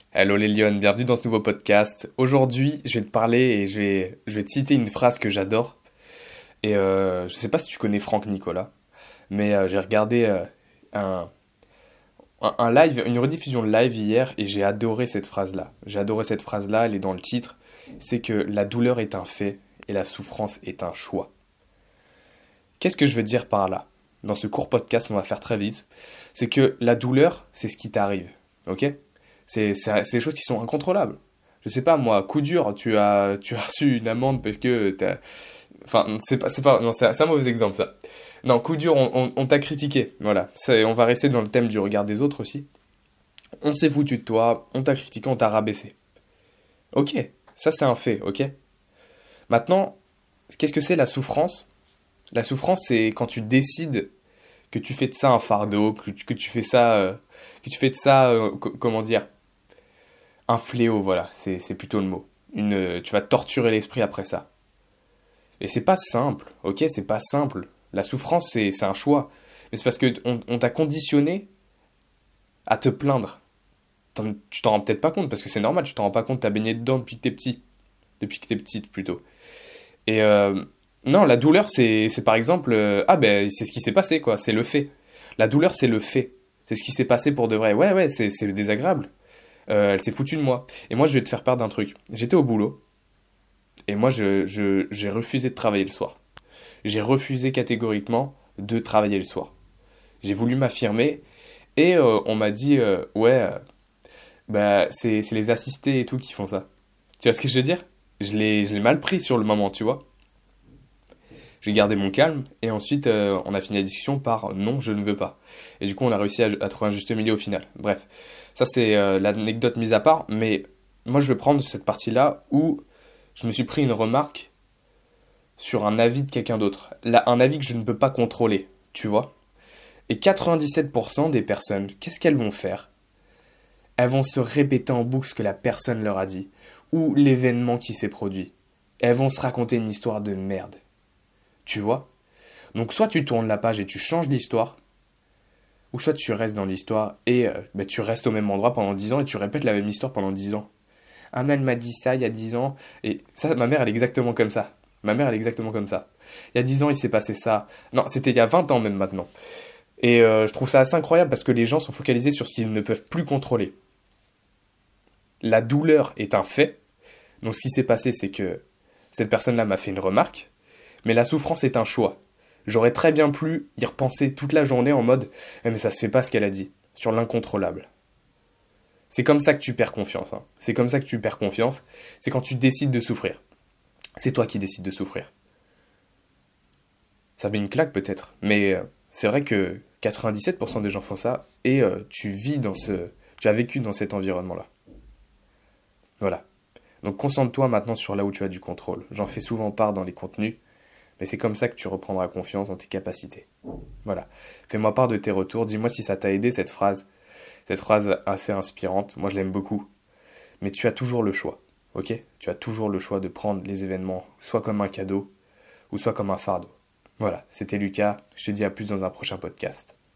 Hello les lions, bienvenue dans ce nouveau podcast. Aujourd'hui, je vais te parler et je vais te citer une phrase que j'adore. Et je sais pas si tu connais Franck Nicolas, mais j'ai regardé un, un live, une rediffusion de live hier et j'ai adoré cette phrase-là. J'ai adoré cette phrase-là, elle est dans le titre. C'est que la douleur est un fait et la souffrance est un choix. Qu'est-ce que je veux dire par là? Dans ce court podcast, on va faire très vite. C'est que la douleur, c'est ce qui t'arrive, ok? C'est des choses qui sont incontrôlables. Je sais pas, moi, coup dur, tu as reçu une amende parce que t'as... Enfin, non, c'est un mauvais exemple, ça. Non, coup dur, on t'a critiqué, voilà. On va rester dans le thème du regard des autres aussi. On s'est foutu de toi, on t'a critiqué, on t'a rabaissé. Ok, ça c'est un fait, ok? Maintenant, qu'est-ce que c'est la souffrance? La souffrance, c'est quand tu décides que tu fais de ça un fardeau, que tu fais ça... comment dire? Un fléau, voilà, c'est plutôt le mot. Tu vas torturer l'esprit après ça. Et c'est pas simple, ok? C'est pas simple. La souffrance, c'est un choix. Mais c'est parce que on t'a conditionné à te plaindre. Tu t'en rends peut-être pas compte, parce que c'est normal, tu t'en rends pas compte, t'as baigné dedans depuis que t'es petit. Depuis que t'es petite, plutôt. Et non, la douleur, c'est par exemple... ah ben, c'est ce qui s'est passé, quoi, c'est le fait. La douleur, c'est le fait. C'est ce qui s'est passé pour de vrai. Ouais, c'est désagréable. Elle s'est foutue de moi. Et moi, je vais te faire part d'un truc. J'étais au boulot, et moi, j'ai refusé de travailler le soir. J'ai refusé catégoriquement de travailler le soir. J'ai voulu m'affirmer, et on m'a dit, bah, c'est les assistés et tout qui font ça. Tu vois ce que je veux dire? Je l'ai mal pris sur le moment, tu vois. J'ai gardé mon calme, et ensuite, on a fini la discussion par non, je ne veux pas. Et du coup, on a réussi à trouver un juste milieu au final. Bref, ça c'est l'anecdote mise à part, mais moi je vais prendre cette partie-là où je me suis pris une remarque sur un avis de quelqu'un d'autre. Là, un avis que je ne peux pas contrôler, tu vois. Et 97% des personnes, qu'est-ce qu'elles vont faire? Elles vont se répéter en boucle ce que la personne leur a dit, ou l'événement qui s'est produit. Elles vont se raconter une histoire de merde. Tu vois? Donc soit tu tournes la page et tu changes l'histoire, ou soit tu restes dans l'histoire et tu restes au même endroit pendant 10 ans et tu répètes la même histoire pendant 10 ans. Ah mais elle m'a dit ça il y a 10 ans, et ça, ma mère elle est exactement comme ça. Ma mère elle est exactement comme ça. Il y a 10 ans il s'est passé ça. Non, c'était il y a 20 ans même maintenant. Et je trouve ça assez incroyable parce que les gens sont focalisés sur ce qu'ils ne peuvent plus contrôler. La douleur est un fait, donc ce qui s'est passé c'est que cette personne-là m'a fait une remarque, mais la souffrance est un choix. J'aurais très bien pu y repenser toute la journée en mode mais ça se fait pas ce qu'elle a dit, sur l'incontrôlable. C'est comme ça que tu perds confiance. Hein. C'est comme ça que tu perds confiance. C'est quand tu décides de souffrir. C'est toi qui décides de souffrir. Ça met une claque peut-être, mais c'est vrai que 97% des gens font ça et tu as vécu dans cet environnement-là. Voilà. Donc concentre-toi maintenant sur là où tu as du contrôle. J'en fais souvent part dans les contenus, mais c'est comme ça que tu reprendras confiance dans tes capacités. Voilà. Fais-moi part de tes retours. Dis-moi si ça t'a aidé cette phrase. Cette phrase assez inspirante. Moi, je l'aime beaucoup. Mais tu as toujours le choix. Ok? Tu as toujours le choix de prendre les événements soit comme un cadeau ou soit comme un fardeau. Voilà. C'était Lucas. Je te dis à plus dans un prochain podcast.